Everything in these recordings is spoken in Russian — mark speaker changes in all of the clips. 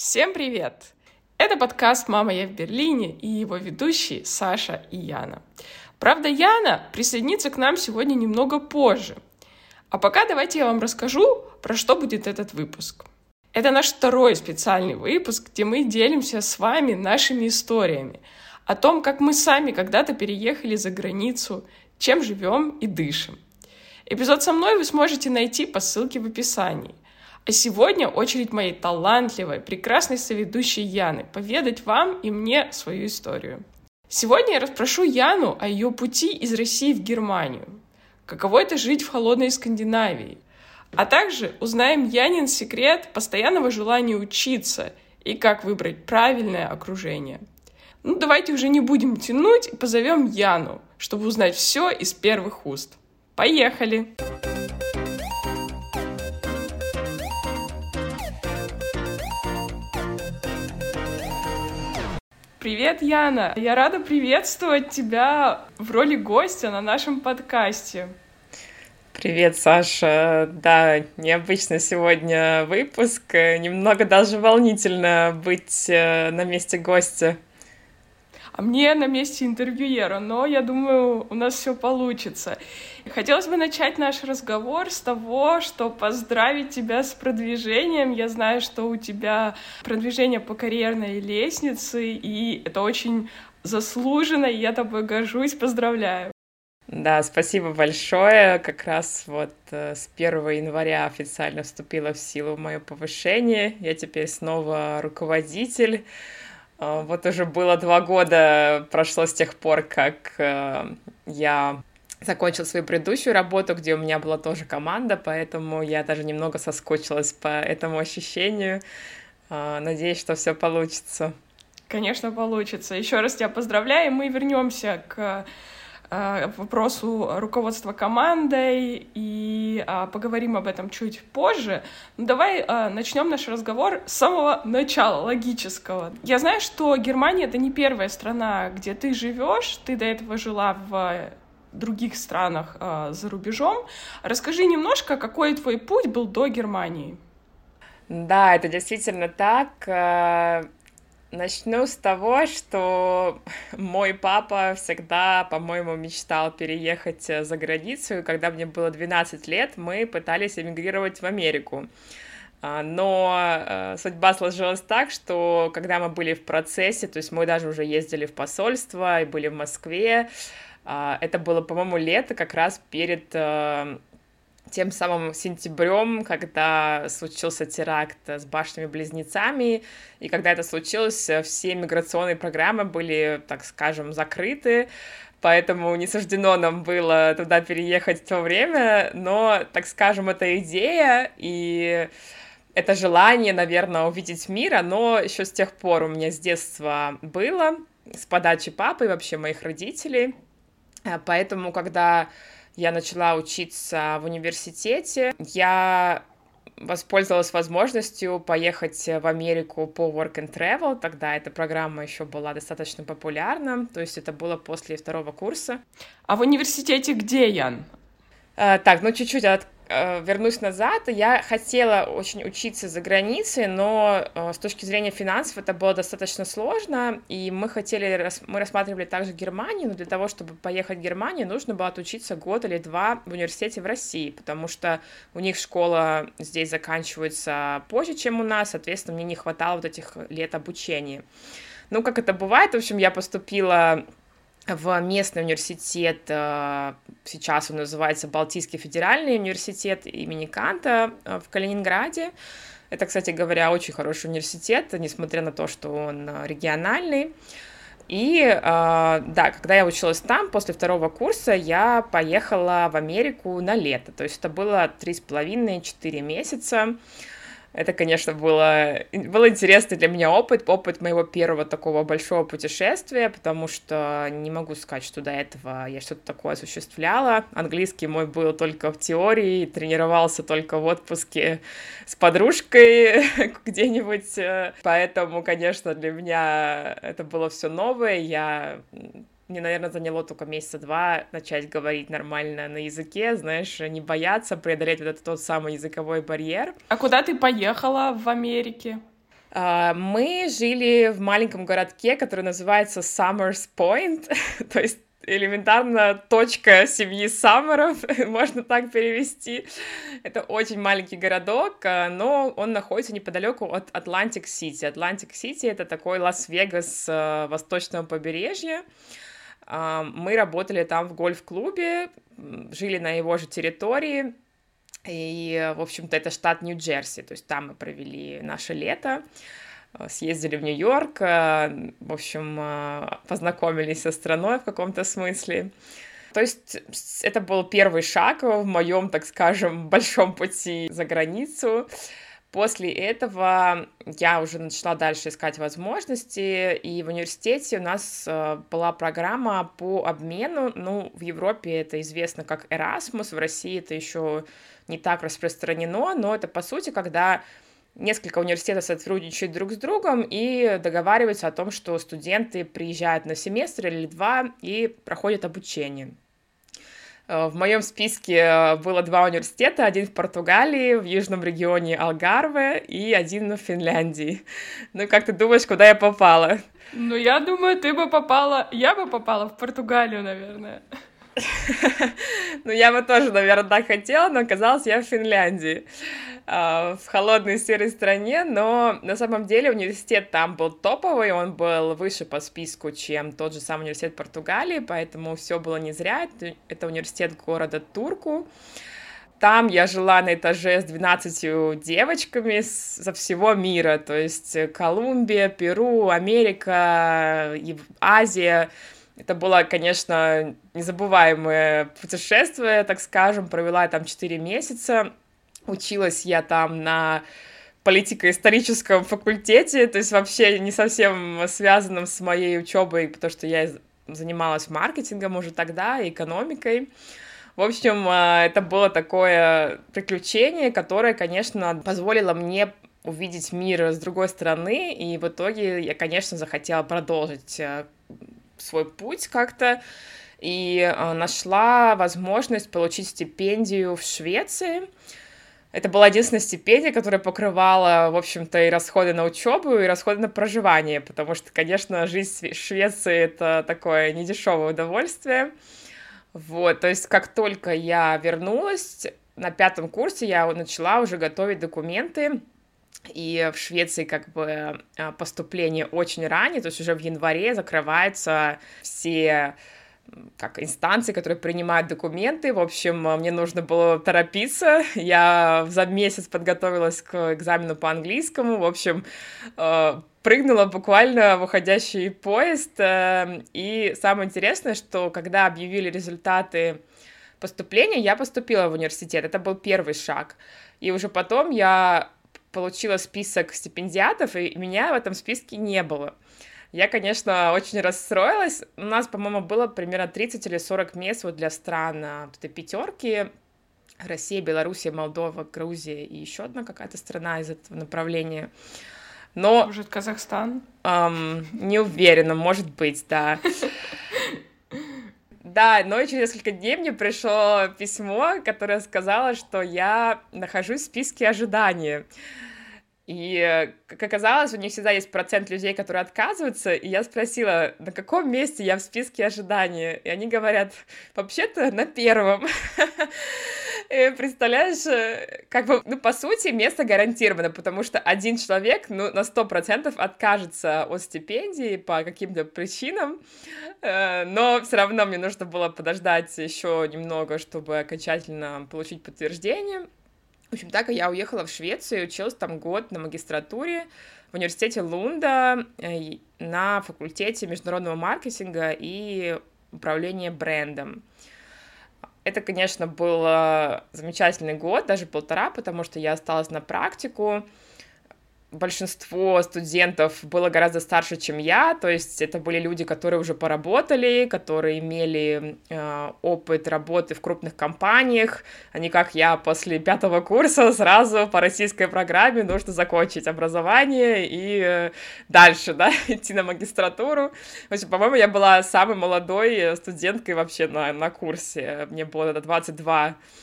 Speaker 1: Всем привет! Это подкаст «Мама, я в Берлине» и его ведущие Саша и Яна. Правда, Яна присоединится к нам сегодня немного позже. А пока давайте я вам расскажу, про что будет этот выпуск. Это наш второй специальный выпуск, где мы делимся с вами нашими историями о том, как мы сами когда-то переехали за границу, чем живем и дышим. Эпизод со мной вы сможете найти по ссылке в описании. А сегодня очередь моей талантливой, прекрасной соведущей Яны поведать вам и мне свою историю. Сегодня я расспрошу Яну о ее пути из России в Германию. Каково это жить в холодной Скандинавии? А также узнаем Янин секрет постоянного желания учиться и как выбрать правильное окружение. Давайте уже не будем тянуть и позовем Яну, чтобы узнать все из первых уст. Поехали! Привет, Яна! Я рада приветствовать тебя в роли гостя на нашем подкасте.
Speaker 2: Привет, Саша. Да, необычно сегодня выпуск. Немного даже волнительно быть на месте гостя.
Speaker 1: А мне на месте интервьюера, но я думаю, у нас все получится. Хотелось бы начать наш разговор с того, что поздравить тебя с продвижением. Я знаю, что у тебя продвижение по карьерной лестнице, и это очень заслуженно, и я тобой горжусь. Поздравляю.
Speaker 2: Да, спасибо большое. Как раз вот с 1 января официально вступило в силу мое повышение. Я теперь снова руководитель. Вот уже было 2 года, прошло с тех пор, как я закончила свою предыдущую работу, где у меня была тоже команда, поэтому я даже немного соскучилась по этому ощущению. Надеюсь, что все получится.
Speaker 1: Конечно, получится. Еще раз тебя поздравляю. Мы вернемся к вопросу руководства командой и поговорим об этом чуть позже. Давай начнем наш разговор с самого начала, логического. Я знаю, что Германия — это не первая страна, где ты живешь. Ты до этого жила в других странах за рубежом. Расскажи немножко, какой твой путь был до Германии.
Speaker 2: Да, это действительно так. Начну с того, что мой папа всегда, по-моему, мечтал переехать за границу, и когда мне было 12 лет, мы пытались эмигрировать в Америку. Но судьба сложилась так, что когда мы были в процессе, то есть мы даже уже ездили в посольство и были в Москве, это было, по-моему, лето как раз перед тем самым сентябрем, когда случился теракт с башнями-близнецами, и когда это случилось, все миграционные программы были, так скажем, закрыты, поэтому не суждено нам было туда переехать в то время, но, так скажем, эта идея и это желание, наверное, увидеть мир, оно еще с тех пор у меня с детства было, с подачи папы и вообще моих родителей, поэтому, когда я начала учиться в университете, я воспользовалась возможностью поехать в Америку по Work and Travel, тогда эта программа еще была достаточно популярна, то есть это было после 2 курса.
Speaker 1: А в университете где, Ян?
Speaker 2: Чуть-чуть вернусь назад. Я хотела очень учиться за границей, но с точки зрения финансов это было достаточно сложно, и мы рассматривали также Германию, но для того, чтобы поехать в Германию, нужно было отучиться 1 или 2 года в университете в России, потому что у них школа здесь заканчивается позже, чем у нас, соответственно, мне не хватало вот этих лет обучения. Как это бывает, в общем, я поступила в местный университет, сейчас он называется Балтийский федеральный университет имени Канта в Калининграде. Это, кстати говоря, очень хороший университет, несмотря на то, что он региональный. И когда я училась там, после 2 курса я поехала в Америку на лето. То есть это было 3,5-4 месяца. Это, конечно, был интересный для меня опыт моего первого такого большого путешествия, потому что не могу сказать, что до этого я что-то такое осуществляла. Английский мой был только в теории, тренировался только в отпуске с подружкой где-нибудь, поэтому, конечно, для меня это было все новое. Мне, наверное, заняло только 2 месяца начать говорить нормально на языке, знаешь, не бояться преодолеть вот этот тот самый языковой барьер.
Speaker 1: А куда ты поехала в Америке?
Speaker 2: Мы жили в маленьком городке, который называется Summers Point, то есть элементарно точка семьи Саммеров, можно так перевести. Это очень маленький городок, но он находится неподалеку от Атлантик-Сити. Атлантик-Сити — это такой Лас-Вегас восточного побережья. Мы работали там в гольф-клубе, жили на его же территории, и, в общем-то, это штат Нью-Джерси, то есть там мы провели наше лето, съездили в Нью-Йорк, в общем, познакомились со страной в каком-то смысле. То есть это был первый шаг в моем, так скажем, большом пути за границу. После этого я уже начала дальше искать возможности, и в университете у нас была программа по обмену. Ну, в Европе это известно как Erasmus, в России это еще не так распространено, но это, по сути, когда несколько университетов сотрудничают друг с другом и договариваются о том, что студенты приезжают на семестр или два и проходят обучение. В моем списке было 2 университета, один в Португалии, в южном регионе Алгарве, и один в Финляндии. Ну, как ты думаешь, куда я попала?
Speaker 1: Ну, я думаю, я бы попала в Португалию, наверное.
Speaker 2: Ну, я бы тоже, наверное, так хотела, но оказалось, я в Финляндии, в холодной серой стране, но на самом деле университет там был топовый, он был выше по списку, чем тот же самый университет Португалии, поэтому все было не зря. Это университет города Турку. Там я жила на этаже с 12 девочками со всего мира, то есть Колумбия, Перу, Америка, Азия. Это было, конечно, незабываемое путешествие, так скажем. Провела я там 4 месяца. Училась я там на политико-историческом факультете, то есть вообще не совсем связанном с моей учебой, потому что я занималась маркетингом уже тогда, и экономикой. В общем, это было такое приключение, которое, конечно, позволило мне увидеть мир с другой стороны, и в итоге я, конечно, захотела продолжить свой путь как-то, и нашла возможность получить стипендию в Швеции. Это была единственная стипендия, которая покрывала, в общем-то, и расходы на учебу, и расходы на проживание, потому что, конечно, жизнь в Швеции — это такое недешевое удовольствие. Вот, то есть как только я вернулась, на 5-м курсе я начала уже готовить документы, и в Швеции как бы поступление очень ранее, то есть уже в январе закрываются все инстанции, которые принимают документы. В общем, мне нужно было торопиться. Я за месяц подготовилась к экзамену по английскому. В общем, прыгнула буквально в уходящий поезд. И самое интересное, что когда объявили результаты поступления, я поступила в университет. Это был первый шаг. И уже потом я получила список стипендиатов, и меня в этом списке не было. Я, конечно, очень расстроилась. У нас, по-моему, было примерно 30 или 40 мест вот для стран вот этой 5. Россия, Белоруссия, Молдова, Грузия и еще одна какая-то страна из этого направления. Но...
Speaker 1: Может, Казахстан?
Speaker 2: Не уверена, может быть, да. Да, но через несколько дней мне пришло письмо, которое сказало, что я нахожусь в списке ожидания. И, как оказалось, у них всегда есть процент людей, которые отказываются, и я спросила, на каком месте я в списке ожидания, и они говорят, вообще-то на 1-м. И, представляешь, как бы, по сути, место гарантировано, потому что один человек, на 100% откажется от стипендии по каким-то причинам, но все равно мне нужно было подождать еще немного, чтобы окончательно получить подтверждение. В общем, так я уехала в Швецию, училась там год на магистратуре в университете Лунда на факультете международного маркетинга и управления брендом. Это, конечно, был замечательный год, даже 1,5, потому что я осталась на практику. Большинство студентов было гораздо старше, чем я, то есть это были люди, которые уже поработали, которые имели опыт работы в крупных компаниях, а не как я после 5-го курса сразу по российской программе нужно закончить образование и дальше, да, идти на магистратуру. В общем, по-моему, я была самой молодой студенткой вообще на курсе, мне было 22.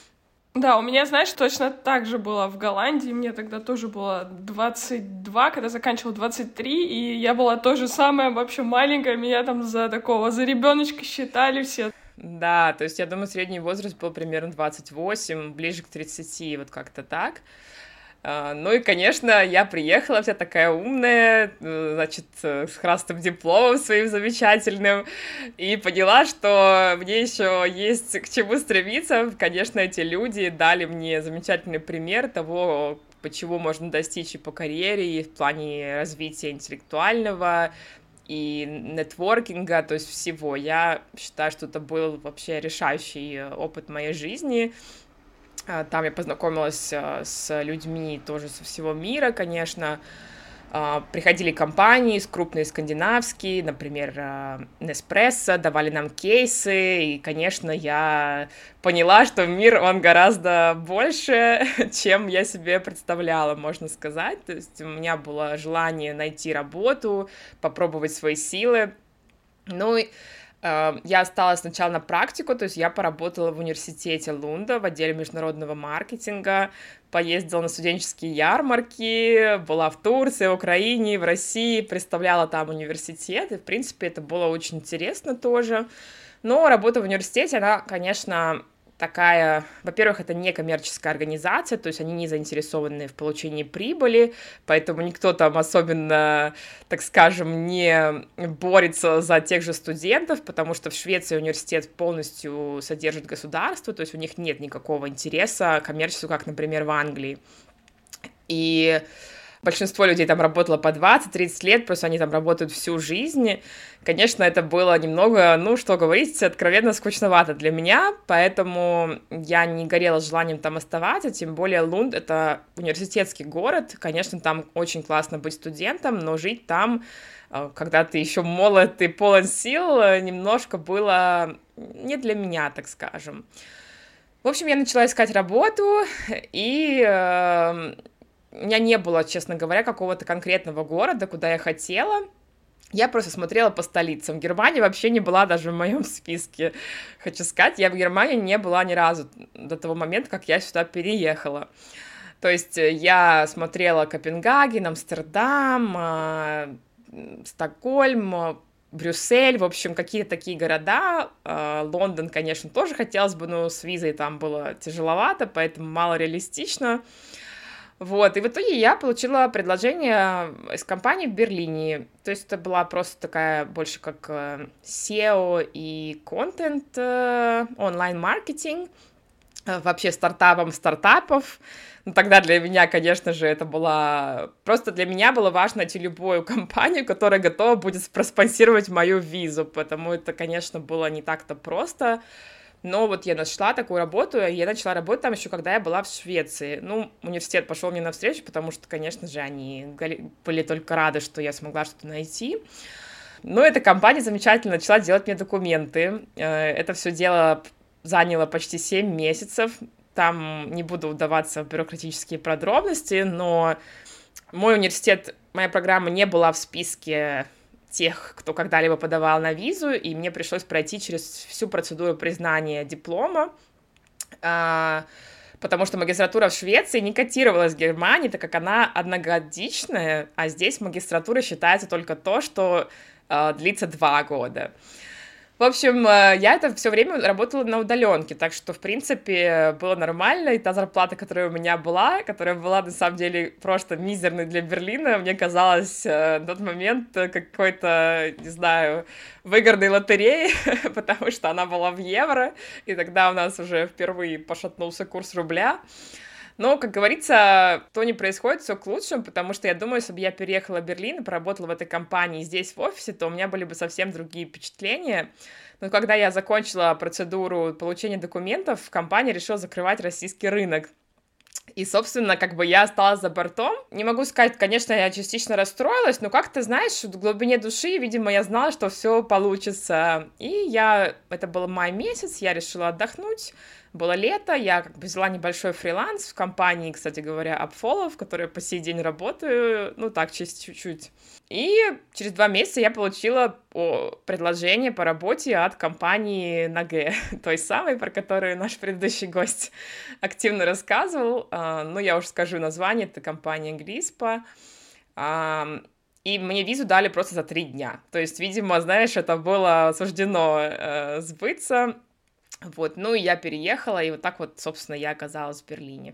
Speaker 1: Да, у меня, знаешь, точно так же было в Голландии. Мне тогда тоже было 22, когда заканчивала 23, и я была тоже самая вообще маленькая. Меня там за ребеночка считали все.
Speaker 2: Да, то есть я думаю, средний возраст был примерно 28, ближе к 30, вот как-то так. Ну и, конечно, я приехала вся такая умная, значит, с красным дипломом своим замечательным, и поняла, что мне еще есть к чему стремиться. Конечно, эти люди дали мне замечательный пример того, чего можно достичь и по карьере, и в плане развития интеллектуального, и нетворкинга, то есть всего. Я считаю, что это был вообще решающий опыт моей жизни. Там я познакомилась с людьми тоже со всего мира, конечно. Приходили компании крупные скандинавские, например, Nespresso, давали нам кейсы, и, конечно, я поняла, что мир, он гораздо больше, чем я себе представляла, можно сказать. То есть у меня было желание найти работу, попробовать свои силы. Ну, я осталась сначала на практику, то есть я поработала в университете Лунда в отделе международного маркетинга, поездила на студенческие ярмарки, была в Турции, в Украине, в России, представляла там университет, и, в принципе, это было очень интересно тоже. Но работа в университете, она, конечно, такая, во-первых, это не коммерческая организация, то есть они не заинтересованы в получении прибыли, поэтому никто там особенно, так скажем, не борется за тех же студентов, потому что в Швеции университет полностью содержит государство, то есть у них нет никакого интереса коммерческого, как, например, в Англии. И большинство людей там работало по 20-30 лет, просто они там работают всю жизнь. Конечно, это было немного, ну, что говорить, откровенно скучновато для меня, поэтому я не горела желанием там оставаться, тем более Лунд — это университетский город, конечно, там очень классно быть студентом, но жить там, когда ты еще молод и полон сил, немножко было не для меня, так скажем. В общем, я начала искать работу, и у меня не было, честно говоря, какого-то конкретного города, куда я хотела. Я просто смотрела по столицам. Германия вообще не была даже в моем списке. Хочу сказать, я в Германии не была ни разу до того момента, как я сюда переехала. То есть я смотрела Копенгаген, Амстердам, Стокгольм, Брюссель, в общем, какие-то такие города. Лондон, конечно, тоже хотелось бы, но с визой там было тяжеловато, поэтому мало реалистично. Вот, и в итоге я получила предложение из компании в Берлине. То есть это была просто такая больше как SEO и контент, онлайн-маркетинг, вообще стартапом стартапов. Ну, тогда для меня, конечно же, это была... Просто для меня было важно найти любую компанию, которая готова будет проспонсировать мою визу, потому это, конечно, было не так-то просто. Но вот я нашла такую работу, и я начала работать там еще, когда я была в Швеции. Ну, университет пошел мне навстречу, потому что, конечно же, они были только рады, что я смогла что-то найти. Но эта компания замечательно начала делать мне документы. Это все дело заняло почти 7 месяцев. Там не буду вдаваться в бюрократические подробности, но мой университет, моя программа не была в списке тех, кто когда-либо подавал на визу, и мне пришлось пройти через всю процедуру признания диплома, потому что магистратура в Швеции не котировалась в Германии, так как она одногодичная, а здесь магистратура считается только то, что длится 2 года. В общем, я это все время работала на удаленке, так что, в принципе, было нормально, и та зарплата, которая у меня была, которая была, на самом деле, просто мизерной для Берлина, мне казалось на тот момент какой-то, не знаю, выгодной лотереей, потому что она была в евро, и тогда у нас уже впервые пошатнулся курс рубля. Но, как говорится, то не происходит, все к лучшему, потому что я думаю, если бы я переехала в Берлин и поработала в этой компании здесь, в офисе, то у меня были бы совсем другие впечатления. Но когда я закончила процедуру получения документов, компания решила закрывать российский рынок. И, собственно, как бы я осталась за бортом. Не могу сказать, конечно, я частично расстроилась, но как-то, знаешь, в глубине души, видимо, я знала, что все получится. И это был май месяц, я решила отдохнуть. Было лето, я как бы взяла небольшой фриланс в компании, кстати говоря, Upfollow, в которой по сей день работаю, ну так, чуть-чуть. И через 2 месяца я получила предложение по работе от компании НАГЭ, той самой, про которую наш предыдущий гость активно рассказывал. Ну, я уже скажу название, это компания Глиспа. И мне визу дали просто за 3 дня. То есть, видимо, знаешь, это было суждено сбыться. Вот, ну, и я переехала, и вот так вот, собственно, я оказалась в Берлине.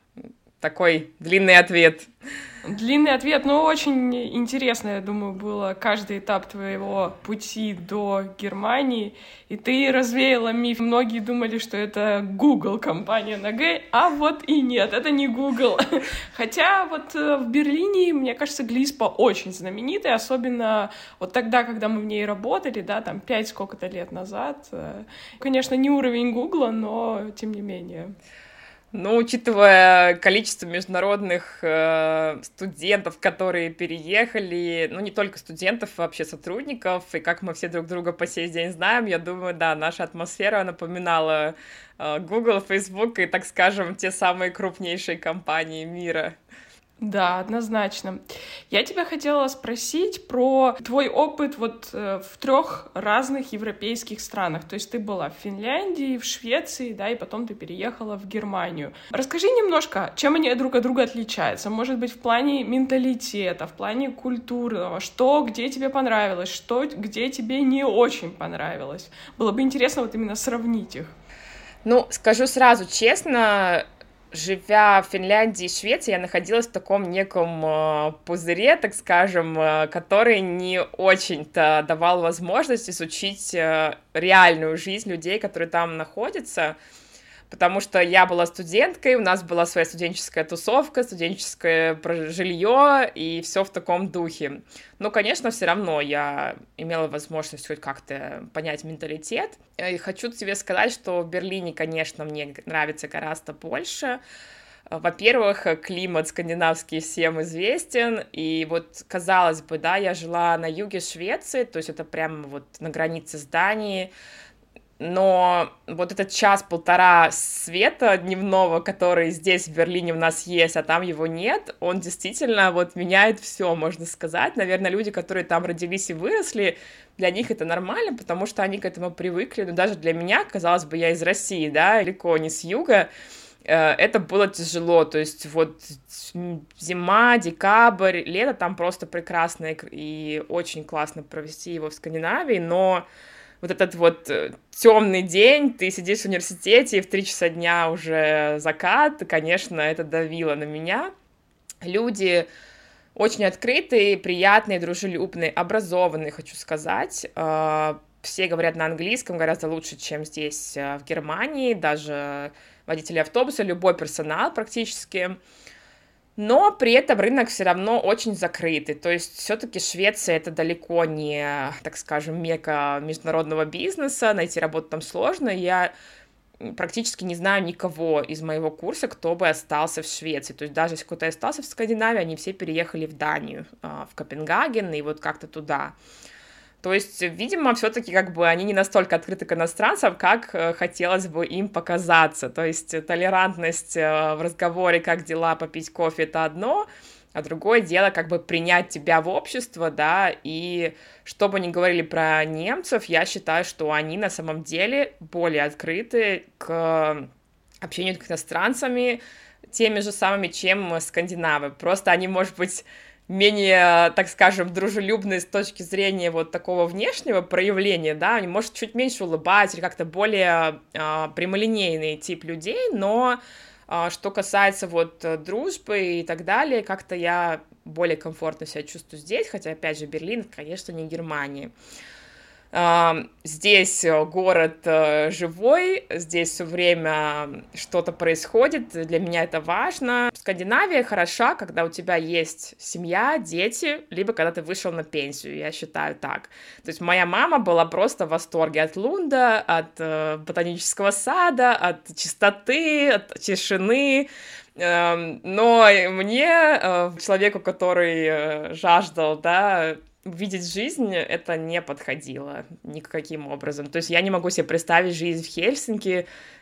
Speaker 2: Такой длинный ответ.
Speaker 1: Длинный ответ, но очень интересно, я думаю, было каждый этап твоего пути до Германии, и ты развеяла миф. Многие думали, что это Google компания НАГЭ, а вот и нет, это не Google. Хотя вот в Берлине, мне кажется, Глиспа очень знаменитая, особенно вот тогда, когда мы в ней работали, да, там 5 сколько-то лет назад. Конечно, не уровень Гугла, но тем не менее.
Speaker 2: Ну, учитывая количество международных студентов, которые переехали, ну, не только студентов, а вообще сотрудников, и как мы все друг друга по сей день знаем, я думаю, да, наша атмосфера напоминала Google, Facebook и, так скажем, те самые крупнейшие компании мира.
Speaker 1: Да, однозначно. Я тебя хотела спросить про твой опыт вот в 3 разных европейских странах. То есть ты была в Финляндии, в Швеции, да, и потом ты переехала в Германию. Расскажи немножко, чем они друг от друга отличаются? Может быть, в плане менталитета, в плане культурного, что, где тебе понравилось, что, где тебе не очень понравилось? Было бы интересно вот именно сравнить их.
Speaker 2: Ну, скажу сразу честно, живя в Финляндии и Швеции, я находилась в таком неком пузыре, так скажем, который не очень-то давал возможность изучить реальную жизнь людей, которые там находятся, потому что я была студенткой, у нас была своя студенческая тусовка, студенческое жилье и все в таком духе. Но, конечно, все равно я имела возможность хоть как-то понять менталитет. И хочу тебе сказать, что в Берлине, конечно, мне нравится гораздо больше. Во-первых, климат скандинавский всем известен, и вот, казалось бы, да, я жила на юге Швеции, то есть это прямо вот на границе с Данией, но вот этот час-полтора света дневного, который здесь в Берлине у нас есть, а там его нет, он действительно вот меняет все, можно сказать. Наверное, люди, которые там родились и выросли, для них это нормально, потому что они к этому привыкли. Но даже для меня, казалось бы, я из России, да, далеко не с юга, это было тяжело. То есть вот зима, декабрь, лето там просто прекрасно и очень классно провести его в Скандинавии, но вот этот вот темный день, ты сидишь в университете, и в 3 часа дня уже закат, конечно, это давило на меня. Люди очень открытые, приятные, дружелюбные, образованные, хочу сказать. Все говорят на английском гораздо лучше, чем здесь, в Германии, даже водители автобуса, любой персонал практически. Но при этом рынок все равно очень закрытый, то есть все-таки Швеция — это далеко не, так скажем, мекка международного бизнеса, найти работу там сложно, я практически не знаю никого из моего курса, кто бы остался в Швеции, то есть даже если кто-то остался в Скандинавии, они все переехали в Данию, в Копенгаген и вот как-то туда. То есть, видимо, все-таки как бы они не настолько открыты к иностранцам, как хотелось бы им показаться. То есть толерантность в разговоре, как дела, попить кофе — это одно, а другое дело как бы принять тебя в общество, да, и что бы ни говорили про немцев, я считаю, что они на самом деле более открыты к общению с иностранцами, теми же самыми, чем скандинавы. Просто они, может быть, менее, так скажем, дружелюбные с точки зрения вот такого внешнего проявления, да, они, может, чуть меньше улыбаются или как-то более прямолинейный тип людей, но что касается вот дружбы и так далее, как-то я более комфортно себя чувствую здесь, хотя, опять же, Берлин, конечно, не Германия. Здесь город живой, здесь все время что-то происходит, для меня это важно. Скандинавия хороша, когда у тебя есть семья, дети, либо когда ты вышел на пенсию, я считаю так. То есть моя мама была просто в восторге от Лунда, от ботанического сада, от чистоты, от тишины. Но мне, человеку, который жаждал, да, видеть жизнь, это не подходило никаким образом. То есть я не могу себе представить жизнь в Хельсинки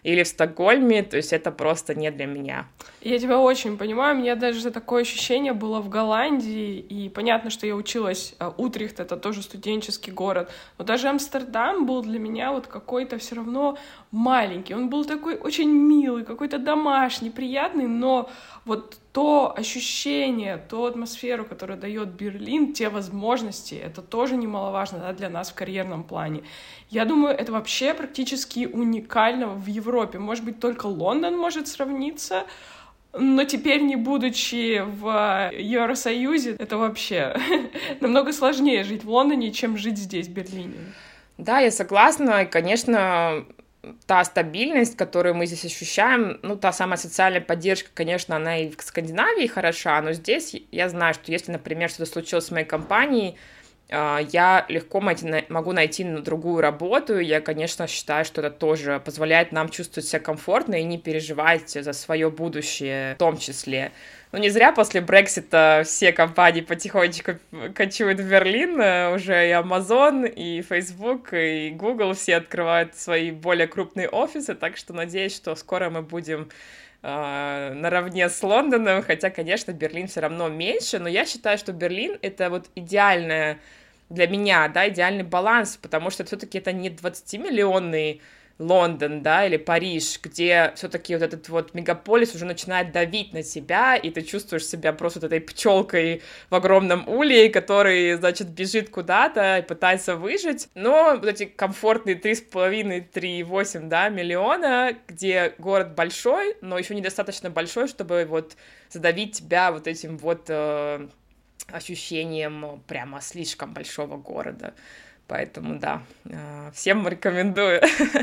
Speaker 2: или в Стокгольме, то есть это просто не для меня.
Speaker 1: Я тебя очень понимаю, у меня даже такое ощущение было в Голландии, и понятно, что я училась, Утрехт — это тоже студенческий город, но даже Амстердам был для меня вот какой-то все равно маленький, он был такой очень милый, какой-то домашний, приятный, но вот то ощущение, ту атмосферу, которую дает Берлин, те возможности, это тоже немаловажно, да, для нас в карьерном плане. Я думаю, это вообще практически уникально в Европе. Может быть, только Лондон может сравниться, но теперь, не будучи в Евросоюзе, это вообще намного сложнее жить в Лондоне, чем жить здесь, в Берлине.
Speaker 2: Да, я согласна, и, конечно, та стабильность, которую мы здесь ощущаем, ну, та самая социальная поддержка, конечно, она и в Скандинавии хороша, но здесь я знаю, что если, например, что-то случилось с моей компанией, я легко могу найти другую работу. Я, конечно, считаю, что это тоже позволяет нам чувствовать себя комфортно и не переживать за свое будущее в том числе. Ну, не зря после Брексита все компании потихонечку кочуют в Берлин. Уже и Amazon, и Facebook, и Google все открывают свои более крупные офисы, так что надеюсь, что скоро мы будем наравне с Лондоном, хотя, конечно, Берлин все равно меньше, но я считаю, что Берлин — это вот идеальная для меня, да, идеальный баланс, потому что все-таки это не 20-миллионный Лондон, да, или Париж, где все-таки вот этот вот мегаполис уже начинает давить на тебя, и ты чувствуешь себя просто вот этой пчелкой в огромном улье, который, значит, бежит куда-то и пытается выжить. Но вот эти комфортные 3,5-3,8, да, миллиона, где город большой, но еще недостаточно большой, чтобы вот задавить тебя вот этим вот ощущением прямо слишком большого города. Поэтому, да, всем рекомендую.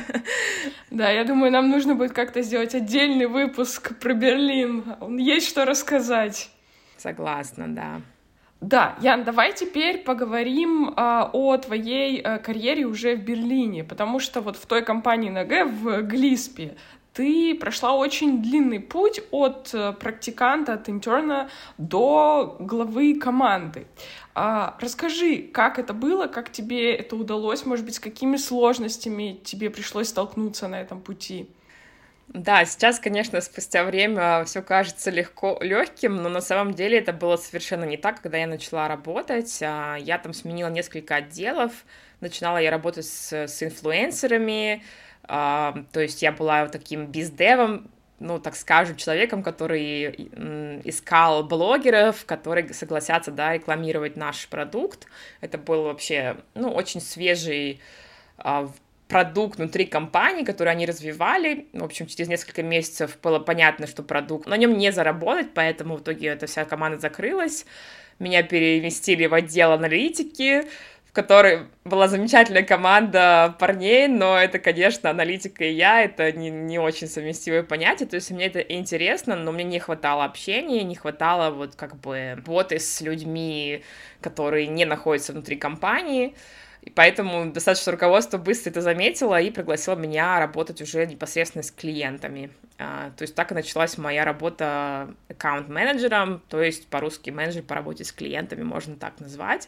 Speaker 1: Да, я думаю, нам нужно будет как-то сделать отдельный выпуск про Берлин. Есть что рассказать.
Speaker 2: Согласна, да.
Speaker 1: Да, Ян, давай теперь поговорим о твоей карьере уже в Берлине, потому что вот в той компании НГ в Глиспе ты прошла очень длинный путь от практиканта, от интерна до главы команды. Расскажи, как это было, как тебе это удалось, может быть, с какими сложностями тебе пришлось столкнуться на этом пути?
Speaker 2: Да, сейчас, конечно, спустя время все кажется легким, но на самом деле это было совершенно не так, когда я начала работать. Я там сменила несколько отделов, начинала я работать с инфлюенсерами, то есть я была таким бездевом, ну, так скажем, человеком, который искал блогеров, которые согласятся, да, рекламировать наш продукт. Это был вообще, ну, очень свежий продукт внутри компании, который они развивали. В общем, через несколько месяцев было понятно, что продукт... На нем не заработать, поэтому в итоге эта вся команда закрылась. Меня переместили в отдел аналитики, в которой была замечательная команда парней, но это, конечно, аналитика и я, это не очень совместимые понятия, то есть мне это интересно, но мне не хватало общения, не хватало вот как бы работы с людьми, которые не находятся внутри компании, и поэтому достаточно руководство быстро это заметило и пригласило меня работать уже непосредственно с клиентами. То есть так и началась моя работа аккаунт-менеджером, то есть по-русски менеджер по работе с клиентами, можно так назвать.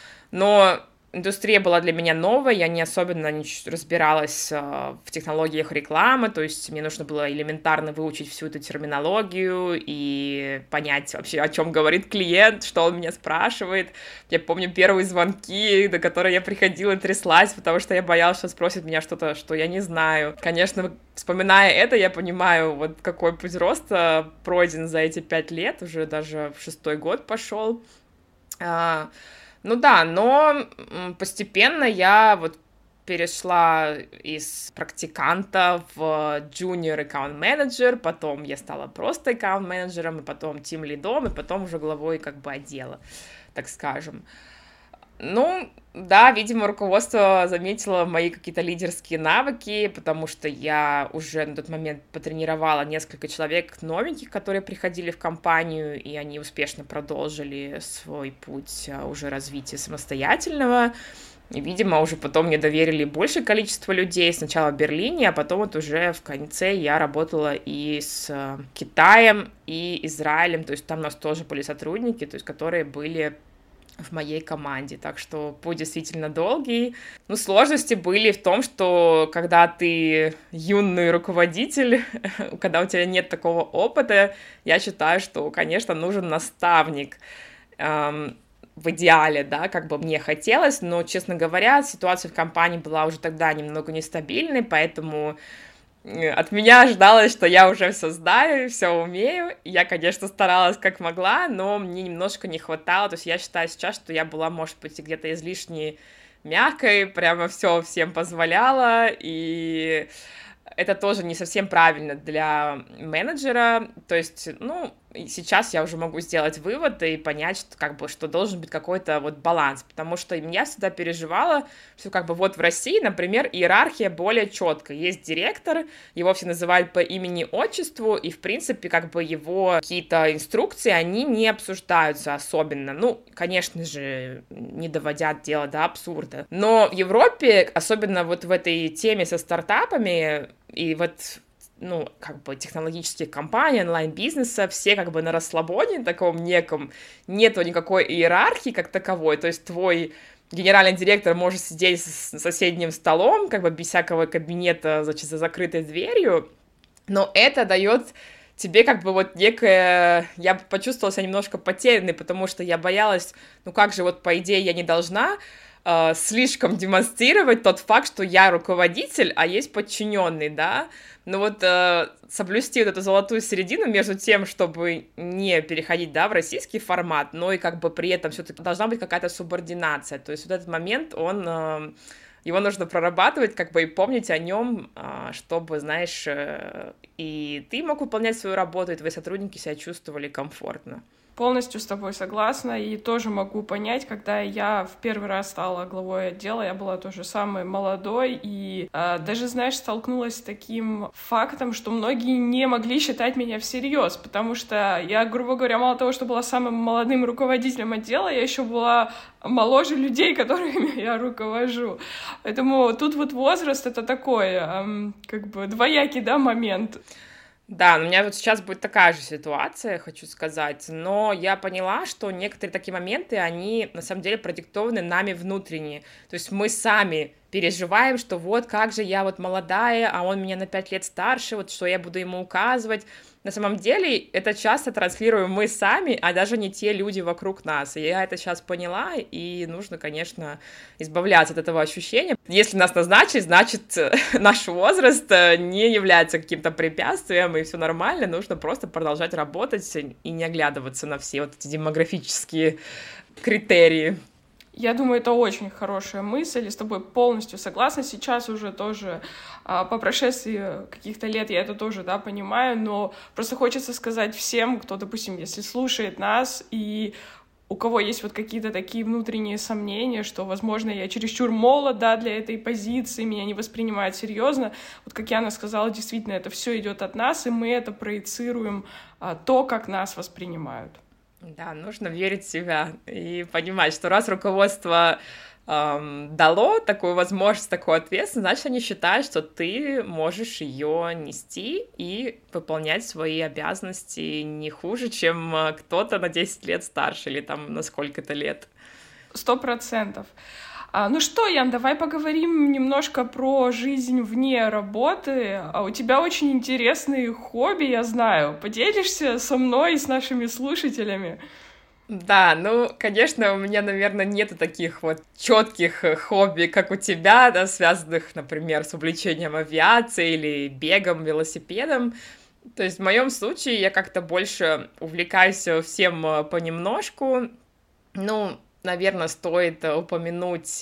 Speaker 2: Но индустрия была для меня новая, я не особенно разбиралась в технологиях рекламы, то есть мне нужно было элементарно выучить всю эту терминологию и понять вообще, о чем говорит клиент, что он меня спрашивает. Я помню первые звонки, до которых я приходила и тряслась, потому что я боялась, что спросит меня что-то, что я не знаю. Конечно, вспоминая это, я понимаю, вот какой путь роста пройден за эти 5 лет, уже даже в 6-й год пошел. Ну да, но постепенно я вот перешла из практиканта в junior аккаунт-менеджер, потом я стала просто аккаунт-менеджером, и потом тим-лидом, и потом уже главой как бы отдела, так скажем. Ну, да, видимо, руководство заметило мои какие-то лидерские навыки, потому что я уже на тот момент потренировала несколько человек новеньких, которые приходили в компанию, и они успешно продолжили свой путь уже развития самостоятельного. И, видимо, уже потом мне доверили большее количество людей, сначала в Берлине, а потом вот уже в конце я работала и с Китаем, и Израилем, то есть там у нас тоже были сотрудники, то есть которые были в моей команде, так что путь действительно долгий. Ну, сложности были в том, что когда ты юный руководитель, когда у тебя нет такого опыта, я считаю, что, конечно, нужен наставник. В идеале, да, как бы мне хотелось, но, честно говоря, ситуация в компании была уже тогда немного нестабильной, поэтому от меня ожидалось, что я уже все знаю, все умею. Я, конечно, старалась как могла, но мне немножко не хватало. То есть я считаю сейчас, что я была, может быть, где-то излишне мягкой, прямо все всем позволяла, и это тоже не совсем правильно для менеджера. То есть, ну, сейчас я уже могу сделать вывод и понять, что, как бы, что должен быть какой-то вот баланс, потому что я всегда переживала, что как бы вот в России, например, иерархия более четкая. Есть директор, его все называют по имени-отчеству, и, в принципе, как бы его какие-то инструкции, они не обсуждаются особенно. Ну, конечно же, не доводя дело до абсурда. Но в Европе, особенно вот в этой теме со стартапами, и вот, ну, как бы технологических компаний, онлайн-бизнеса, все как бы на расслабоне таком неком, нету никакой иерархии как таковой, то есть твой генеральный директор может сидеть с соседним столом, как бы без всякого кабинета, значит, за закрытой дверью, но это дает тебе как бы вот некое... Я почувствовала себя немножко потерянной, потому что я боялась, ну как же вот по идее я не должна слишком демонстрировать тот факт, что я руководитель, а есть подчиненный, да, но вот соблюсти вот эту золотую середину между тем, чтобы не переходить, да, в российский формат, но и как бы при этом все-таки должна быть какая-то субординация, то есть вот этот момент, он... Его нужно прорабатывать, как бы и помнить о нем, чтобы, знаешь, и ты мог выполнять свою работу, и твои сотрудники себя чувствовали комфортно.
Speaker 1: Полностью с тобой согласна, и тоже могу понять, когда я в первый раз стала главой отдела, я была тоже самой молодой, и даже, знаешь, столкнулась с таким фактом, что многие не могли считать меня всерьез, потому что я, грубо говоря, мало того, что была самым молодым руководителем отдела, я еще была моложе людей, которыми я руковожу. Поэтому тут вот возраст — это такой, как бы двоякий, да, момент.
Speaker 2: Да, у меня вот сейчас будет такая же ситуация, хочу сказать, но я поняла, что некоторые такие моменты, они на самом деле продиктованы нами внутренне, то есть мы сами переживаем, что вот как же я вот молодая, а он меня на 5 лет старше, вот что я буду ему указывать. На самом деле это часто транслируем мы сами, а даже не те люди вокруг нас. И я это сейчас поняла, и нужно, конечно, избавляться от этого ощущения. Если нас назначить, значит, наш возраст не является каким-то препятствием, и все нормально, нужно просто продолжать работать и не оглядываться на все вот эти демографические критерии.
Speaker 1: Я думаю, это очень хорошая мысль, и с тобой полностью согласна. Сейчас уже тоже по прошествии каких-то лет я это тоже, да, понимаю, но просто хочется сказать всем, кто, допустим, если слушает нас, и у кого есть вот какие-то такие внутренние сомнения, что, возможно, я чересчур молода для этой позиции, меня не воспринимают серьезно. Вот как Яна сказала, действительно, это все идет от нас, и мы это проецируем, то, как нас воспринимают.
Speaker 2: Да, нужно верить в себя и понимать, что раз руководство дало такую возможность, такую ответственность, значит, они считают, что ты можешь ее нести и выполнять свои обязанности не хуже, чем кто-то на 10 лет старше или там на сколько-то лет.
Speaker 1: 100%. Ну что, Ян, давай поговорим немножко про жизнь вне работы. У тебя очень интересные хобби, я знаю. Поделишься со мной и с нашими слушателями?
Speaker 2: Да, ну, конечно, у меня, наверное, нету таких вот четких хобби, как у тебя, да, связанных, например, с увлечением авиацией или бегом, велосипедом. То есть в моем случае я как-то больше увлекаюсь всем понемножку. Ну, наверное, стоит упомянуть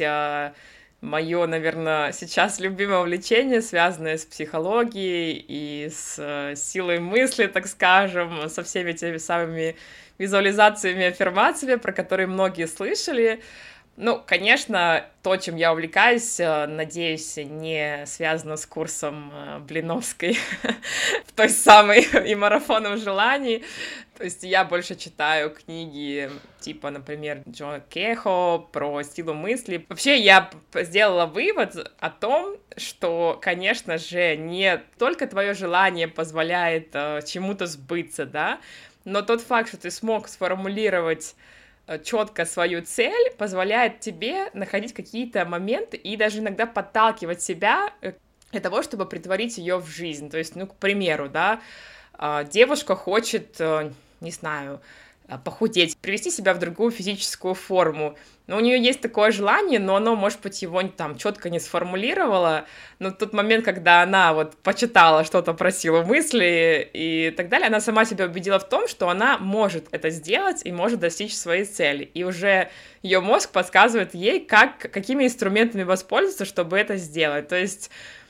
Speaker 2: мое, наверное, сейчас любимое увлечение, связанное с психологией и с силой мысли, так скажем, со всеми теми самыми визуализациями, аффирмациями, про которые многие слышали. Ну, конечно, то, чем я увлекаюсь, надеюсь, не связано с курсом Блиновской в той самой и марафоном желаний. То есть я больше читаю книги типа, например, Джо Кехо про силу мысли. Вообще я сделала вывод о том, что, конечно же, не только твое желание позволяет чему-то сбыться, да, но тот факт, что ты смог сформулировать четко свою цель позволяет тебе находить какие-то моменты и даже иногда подталкивать себя для того, чтобы притворить ее в жизнь. То есть, ну, к примеру, да, девушка хочет, не знаю, похудеть, привести себя в другую физическую форму. Но у нее есть такое желание, но оно, может быть, его там четко не сформулировала. Но в тот момент, когда она вот почитала что-то про силу мысли и так далее, она сама себя убедила в том, что она может это сделать и может достичь своей цели. И уже ее мозг подсказывает ей, какими инструментами воспользоваться, чтобы это сделать. То есть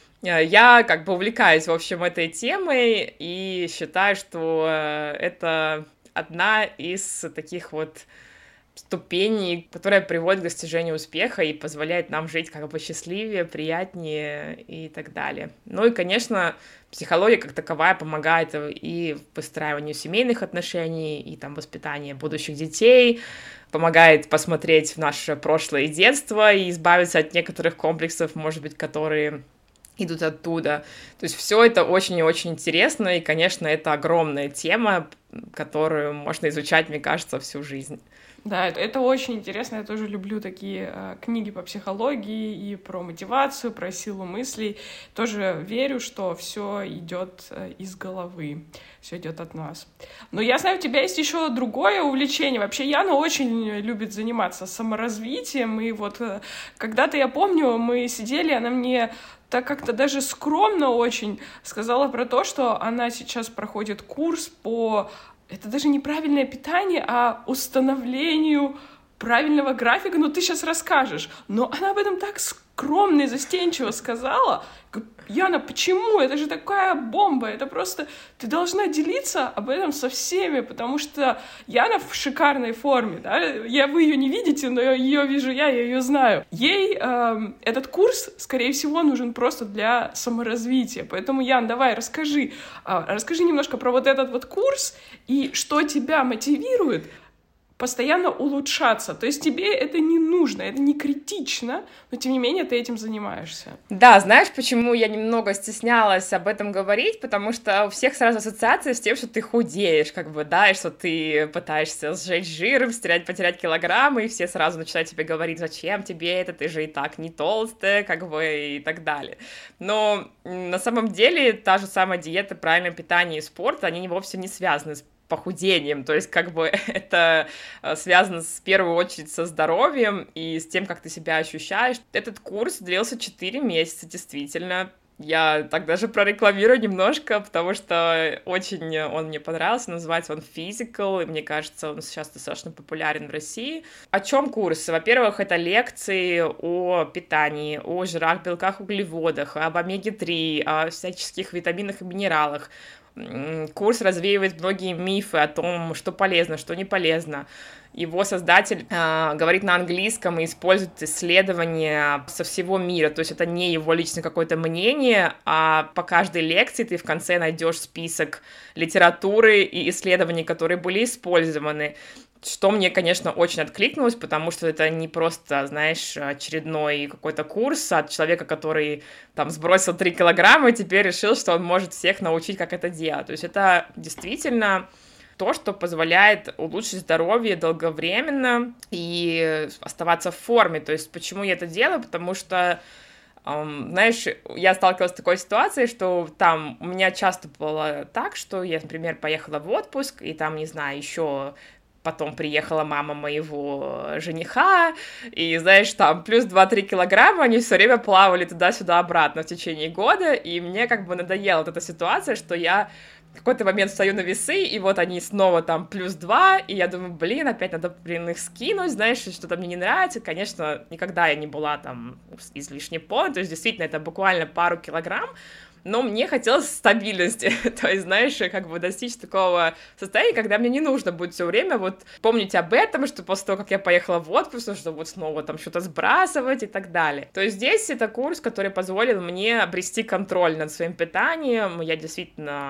Speaker 2: я как бы увлекаюсь, в общем, этой темой и считаю, что это одна из таких вот ступеней, которая приводит к достижению успеха и позволяет нам жить как бы счастливее, приятнее и так далее. Ну и, конечно, психология как таковая помогает и в выстраивании семейных отношений, и там воспитании будущих детей, помогает посмотреть в наше прошлое и детство и избавиться от некоторых комплексов, может быть, которые идут оттуда. То есть все это очень и очень интересно, и, конечно, это огромная тема, которую можно изучать, мне кажется, всю жизнь.
Speaker 1: Да, это очень интересно, я тоже люблю такие книги по психологии и про мотивацию, про силу мыслей. Тоже верю, что все идет из головы, все идет от нас. Но я знаю, у тебя есть еще другое увлечение. Вообще, Яна очень любит заниматься саморазвитием, и вот когда-то, я помню, мы сидели, она мне так как-то даже скромно очень сказала про то, что она сейчас проходит курс по... Это даже не правильное питание, а установлению правильного графика. Ну, ты сейчас расскажешь. Но она об этом так скромно и застенчиво сказала. Яна, почему? Это же такая бомба. Это просто... Ты должна делиться об этом со всеми, потому что Яна в шикарной форме. Да? Вы ее не видите, но ее вижу я ее знаю. Ей этот курс, скорее всего, нужен просто для саморазвития. Поэтому, Ян, давай, расскажи немножко про вот этот вот курс и что тебя мотивирует постоянно улучшаться. То есть тебе это не нужно, это не критично, но тем не менее ты этим занимаешься.
Speaker 2: Да, знаешь, почему я немного стеснялась об этом говорить? Потому что у всех сразу ассоциация с тем, что ты худеешь, как бы, да, и что ты пытаешься сжечь жир, потерять килограммы, и все сразу начинают тебе говорить, зачем тебе это, ты же и так не толстая, как бы, и так далее. Но на самом деле та же самая диета, правильное питание и спорт, они вовсе не связаны с похудением, то есть как бы это связано в первую очередь со здоровьем и с тем, как ты себя ощущаешь. Этот курс длился 4 месяца, действительно. Я так даже прорекламирую немножко, потому что очень он мне понравился, называется он Physical, и мне кажется, он сейчас достаточно популярен в России. О чем курс? Во-первых, это лекции о питании, о жирах, белках, углеводах, об омеге-3, о всяческих витаминах и минералах. Курс развеивает многие мифы о том, что полезно, что не полезно. Его создатель говорит на английском и использует исследования со всего мира, то есть это не его личное какое-то мнение, а по каждой лекции ты в конце найдешь список литературы и исследований, которые были использованы. Что мне, конечно, очень откликнулось, потому что это не просто, знаешь, очередной какой-то курс от человека, который там сбросил 3 килограмма и теперь решил, что он может всех научить, как это делать. То есть это действительно то, что позволяет улучшить здоровье долговременно и оставаться в форме. То есть почему я это делаю? Потому что знаешь, я сталкивалась с такой ситуацией, что там у меня часто было так, что я, например, поехала в отпуск, и там, не знаю, еще... Потом приехала мама моего жениха, и, знаешь, там плюс 2-3 килограмма, они все время плавали туда-сюда обратно в течение года, и мне как бы надоела вот эта ситуация, что я в какой-то момент встаю на весы, и вот они снова там плюс 2, и я думаю, опять надо, их скинуть, знаешь, что-то мне не нравится. Конечно, никогда я не была там излишне полной, то есть действительно это буквально пару килограмм, но мне хотелось стабильности, то есть, знаешь, как бы достичь такого состояния, когда мне не нужно будет все время вот помнить об этом, что после того, как я поехала в отпуск, что вот снова там что-то сбрасывать и так далее. То есть здесь это курс, который позволил мне обрести контроль над своим питанием, я действительно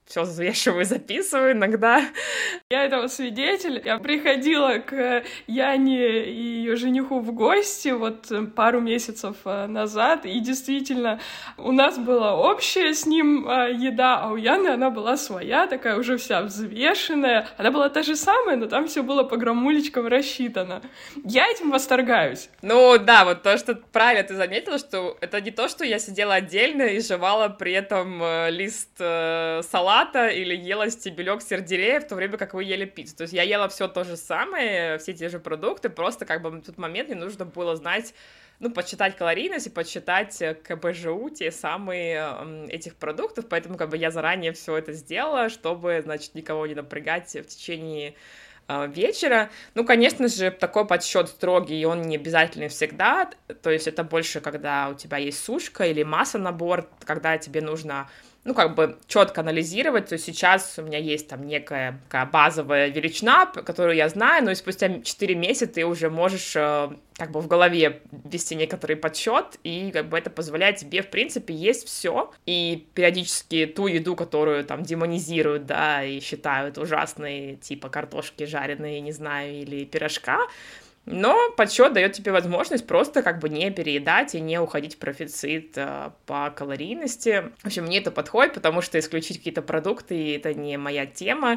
Speaker 2: все взвешиваю, записываю иногда.
Speaker 1: Я этого свидетель. Я приходила к Яне и ее жениху в гости вот пару месяцев назад, и действительно у нас была общая с ним еда, а у Яны она была своя, такая уже вся взвешенная. Она была та же самая, но там все было по граммулечкам рассчитано. Я этим восторгаюсь.
Speaker 2: Ну да, вот то, что правильно ты заметила, что это не то, что я сидела отдельно и жевала при этом лист салата или ела стебелек сельдерея, в то время как вы ели пиццу. То есть я ела все то же самое, все те же продукты, просто как бы в тот момент мне нужно было знать, ну, подсчитать калорийность и подсчитать КБЖУ, те самые этих продуктов, поэтому как бы я заранее все это сделала, чтобы, значит, никого не напрягать в течение вечера. Ну, конечно же, такой подсчет строгий, и он не обязательный всегда, то есть это больше, когда у тебя есть сушка или масса-набор, когда тебе нужно, ну, как бы четко анализировать, то есть сейчас у меня есть там некая такая базовая величина, которую я знаю, но и спустя 4 месяца ты уже можешь как бы в голове вести некоторый подсчет, и как бы это позволяет тебе, в принципе, есть все, и периодически ту еду, которую там демонизируют, да, и считают ужасной, типа картошки жареной, не знаю, или пирожка, но подсчет дает тебе возможность просто как бы не переедать и не уходить в профицит по калорийности. В общем, мне это подходит, потому что исключить какие-то продукты — это не моя тема.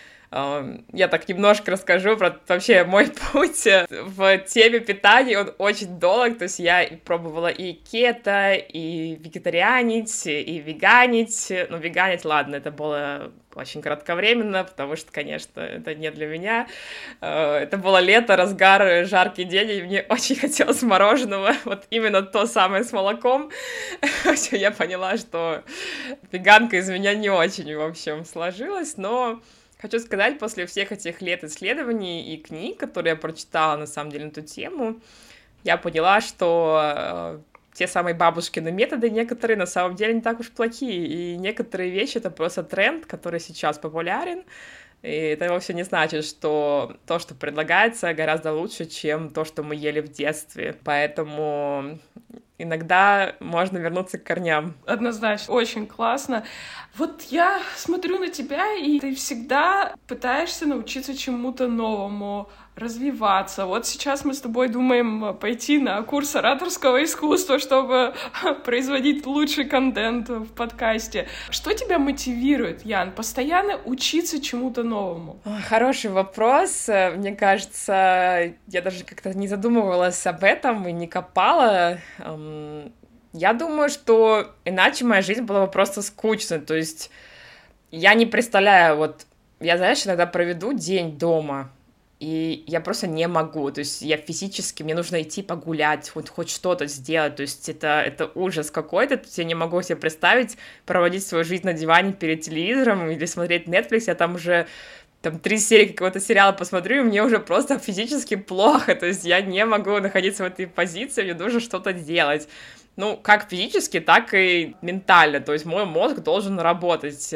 Speaker 2: Я так немножко расскажу про вообще мой путь в теме питания, он очень долг, то есть я пробовала и кето, и вегетарианить, и веганить, ну, веганить, ладно, это было очень кратковременно, потому что, конечно, это не для меня. Это было лето, разгар, жаркий день, и мне очень хотелось мороженого, вот именно то самое с молоком. Я поняла, что веганка из меня не очень, в общем, сложилась, но хочу сказать, после всех этих лет исследований и книг, которые я прочитала, на самом деле, на эту тему, я поняла, что те самые бабушкины методы некоторые на самом деле не так уж плохие, и некоторые вещи — это просто тренд, который сейчас популярен, и это вовсе не значит, что то, что предлагается, гораздо лучше, чем то, что мы ели в детстве, поэтому иногда можно вернуться к корням.
Speaker 1: Однозначно, очень классно. Вот я смотрю на тебя, и ты всегда пытаешься научиться чему-то новому, развиваться. Вот сейчас мы с тобой думаем пойти на курс ораторского искусства, чтобы производить лучший контент в подкасте. Что тебя мотивирует, Ян, постоянно учиться чему-то новому?
Speaker 2: Хороший вопрос. Мне кажется, я даже как-то не задумывалась об этом и не копала. Я думаю, что иначе моя жизнь была бы просто скучной. То есть я не представляю, вот я, знаешь, иногда проведу день дома, и я просто не могу, то есть я физически, мне нужно идти погулять, хоть что-то сделать, то есть это ужас какой-то, то есть я не могу себе представить проводить свою жизнь на диване перед телевизором или смотреть Netflix, я там уже 3 серии какого-то сериала посмотрю, и мне уже просто физически плохо, то есть я не могу находиться в этой позиции, мне нужно что-то делать. Ну, как физически, так и ментально, то есть мой мозг должен работать,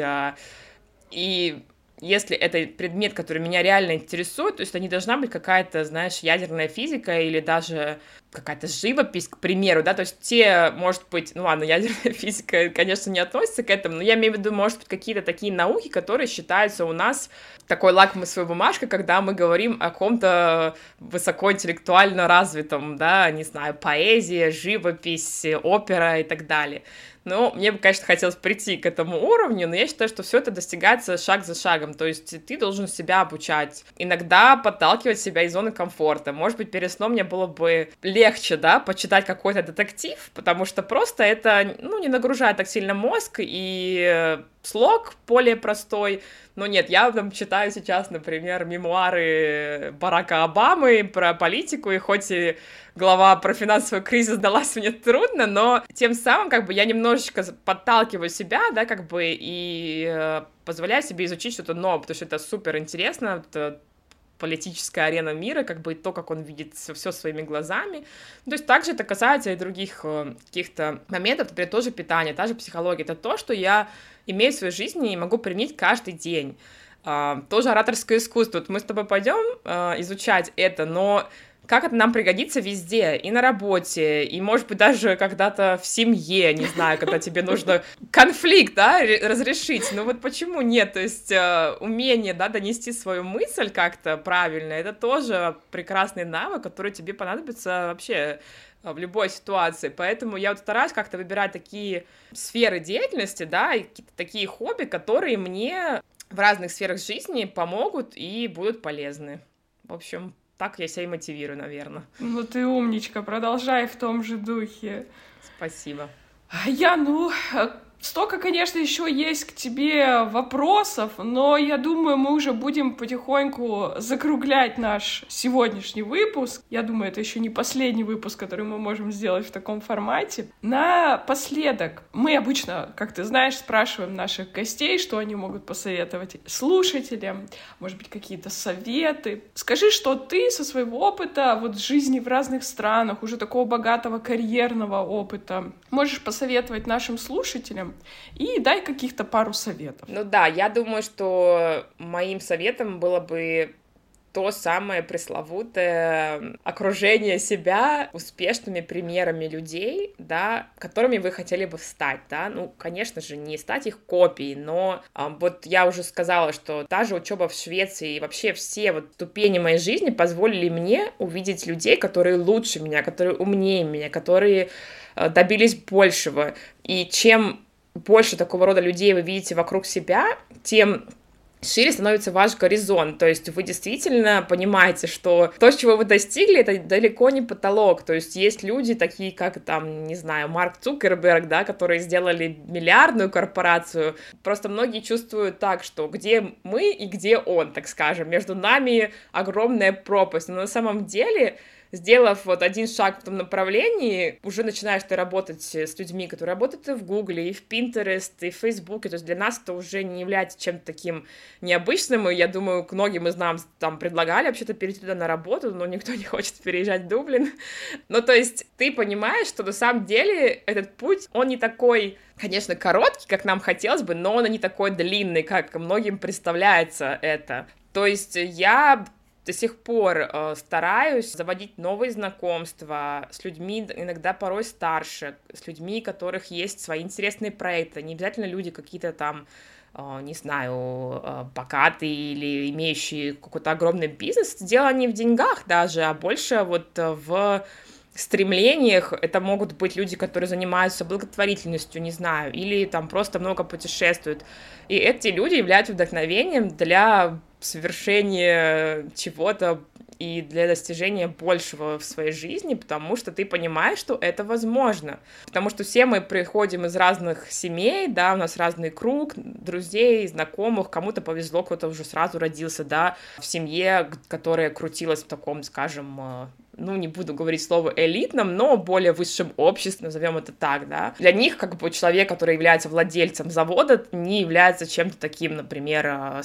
Speaker 2: и если это предмет, который меня реально интересует, то есть это не должна быть какая-то, знаешь, ядерная физика или даже какая-то живопись, к примеру, да, то есть может быть, ну ладно, ядерная физика, конечно, не относится к этому, но я имею в виду, может быть, какие-то такие науки, которые считаются у нас такой лакмусовой бумажкой, когда мы говорим о ком-то высокоинтеллектуально развитом, да, не знаю, поэзия, живопись, опера и так далее. Ну, мне бы, конечно, хотелось прийти к этому уровню, но я считаю, что все это достигается шаг за шагом, то есть ты должен себя обучать, иногда подталкивать себя из зоны комфорта. Может быть, перед сном мне было бы легче, да, почитать какой-то детектив, потому что просто это, ну, не нагружает так сильно мозг, и слог более простой. Но нет, я там читаю сейчас, например, мемуары Барака Обамы про политику, и хоть и глава про финансовый кризис далась мне трудно, но тем самым как бы я немножечко подталкиваю себя, да, как бы, и позволяю себе изучить что-то новое, потому что это супер интересно, это политическая арена мира, как бы, и то, как он видит все своими глазами. То есть также это касается и других каких-то моментов, например, тоже питание, та же психология, это то, что я имею в своей жизни и могу применить каждый день. Тоже ораторское искусство. Вот мы с тобой пойдем изучать это, но как это нам пригодится везде, и на работе, и, может быть, даже когда-то в семье, не знаю, когда тебе нужно конфликт, да, разрешить. Ну вот почему нет? То есть умение, да, донести свою мысль как-то правильно, это тоже прекрасный навык, который тебе понадобится вообще в любой ситуации, поэтому я вот стараюсь как-то выбирать такие сферы деятельности, да, и какие-то такие хобби, которые мне в разных сферах жизни помогут и будут полезны. В общем, так я себя и мотивирую, наверное.
Speaker 1: Ну ты умничка, продолжай в том же духе.
Speaker 2: Спасибо.
Speaker 1: Столько, конечно, еще есть к тебе вопросов, но я думаю, мы уже будем потихоньку закруглять наш сегодняшний выпуск. Я думаю, это еще не последний выпуск, который мы можем сделать в таком формате. Напоследок, мы обычно, как ты знаешь, спрашиваем наших гостей, что они могут посоветовать слушателям, может быть, какие-то советы. Скажи, что ты со своего опыта, вот жизни в разных странах, уже такого богатого карьерного опыта, можешь посоветовать нашим слушателям, и дай каких-то пару советов.
Speaker 2: Ну да, я думаю, что моим советом было бы то самое пресловутое окружение себя успешными примерами людей, да, которыми вы хотели бы стать, да, ну, конечно же, не стать их копией, но вот я уже сказала, что та же учеба в Швеции и вообще все вот ступени моей жизни позволили мне увидеть людей, которые лучше меня, которые умнее меня, которые добились большего, и чем больше такого рода людей вы видите вокруг себя, тем шире становится ваш горизонт, то есть вы действительно понимаете, что то, чего вы достигли, это далеко не потолок, то есть есть люди такие, как там, не знаю, Марк Цукерберг, да, которые сделали миллиардную корпорацию, просто многие чувствуют так, что где мы и где он, так скажем, между нами огромная пропасть, но на самом деле, сделав вот один шаг в том направлении, уже начинаешь ты работать с людьми, которые работают и в Гугле, и в Pinterest, и в Фейсбуке, то есть для нас это уже не является чем-то таким необычным, и я думаю, к многим из нас там предлагали вообще-то перейти туда на работу, но никто не хочет переезжать в Дублин. Ну, то есть ты понимаешь, что на самом деле этот путь, он не такой, конечно, короткий, как нам хотелось бы, но он и не такой длинный, как многим представляется это. То есть я до сих пор стараюсь заводить новые знакомства с людьми, иногда порой старше, с людьми, у которых есть свои интересные проекты, не обязательно люди какие-то там, не знаю, богатые или имеющие какой-то огромный бизнес. Дело не в деньгах даже, а больше вот в стремлениях. Это могут быть люди, которые занимаются благотворительностью, не знаю, или там просто много путешествуют. И эти люди являются вдохновением для совершения чего-то и для достижения большего в своей жизни, потому что ты понимаешь, что это возможно. Потому что все мы приходим из разных семей, да, у нас разный круг друзей, знакомых, кому-то повезло, кто-то уже сразу родился, да, в семье, которая крутилась в таком, скажем, ну, не буду говорить слово элитном, но более высшем обществе, назовем это так, да. Для них, как бы, человек, который является владельцем завода, не является чем-то таким, например,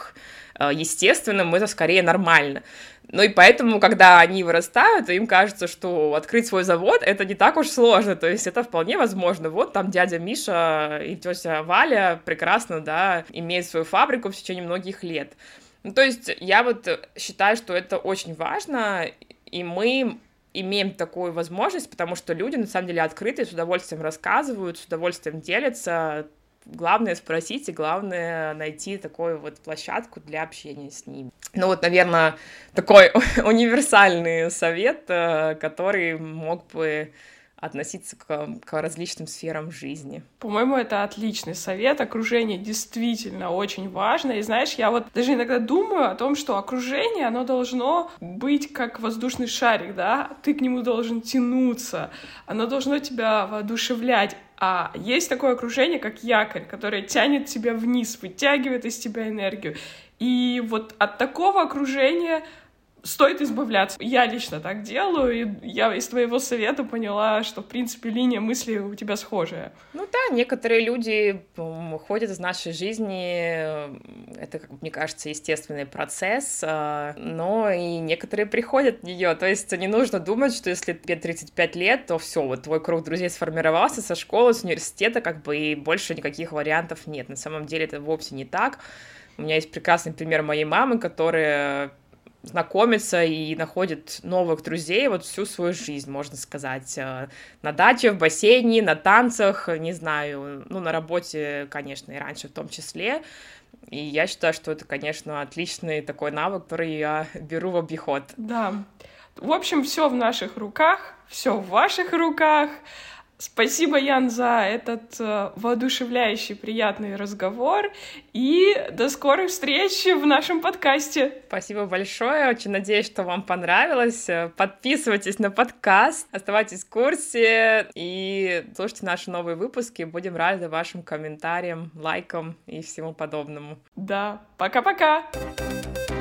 Speaker 2: сверхъестественным, это скорее нормально. Ну и поэтому, когда они вырастают, им кажется, что открыть свой завод — это не так уж сложно, то есть это вполне возможно. Вот там дядя Миша и тетя Валя прекрасно, да, имеют свою фабрику в течение многих лет. Ну, то есть я вот считаю, что это очень важно, и мы имеем такую возможность, потому что люди, на самом деле, открыты, с удовольствием рассказывают, с удовольствием делятся. Главное спросить, и главное найти такую вот площадку для общения с ними. Ну вот, наверное, такой универсальный совет, который мог бы относиться к различным сферам жизни.
Speaker 1: По-моему, это отличный совет. Окружение действительно очень важно. И знаешь, я вот даже иногда думаю о том, что окружение, оно должно быть как воздушный шарик, да? Ты к нему должен тянуться, оно должно тебя воодушевлять. А есть такое окружение, как якорь, которое тянет тебя вниз, вытягивает из тебя энергию. И вот от такого окружения стоит избавляться. Я лично так делаю, и я из твоего совета поняла, что, в принципе, линия мысли у тебя схожая.
Speaker 2: Ну да, некоторые люди уходят из нашей жизни, это, как мне кажется, естественный процесс, но и некоторые приходят в нее. То есть не нужно думать, что если тебе 35 лет, то все, вот твой круг друзей сформировался со школы, с университета, как бы, и больше никаких вариантов нет. На самом деле это вовсе не так. У меня есть прекрасный пример моей мамы, которая знакомится и находит новых друзей вот всю свою жизнь, можно сказать. На даче, в бассейне, на танцах, не знаю, ну, на работе, конечно, и раньше в том числе. И я считаю, что это, конечно, отличный такой навык, который я беру в обиход.
Speaker 1: Да. В общем, все в наших руках, все в ваших руках. Спасибо, Ян, за этот воодушевляющий, приятный разговор. И до скорых встреч в нашем подкасте.
Speaker 2: Спасибо большое. Очень надеюсь, что вам понравилось. Подписывайтесь на подкаст, оставайтесь в курсе и слушайте наши новые выпуски. Будем рады вашим комментариям, лайкам и всему подобному.
Speaker 1: Да, пока-пока!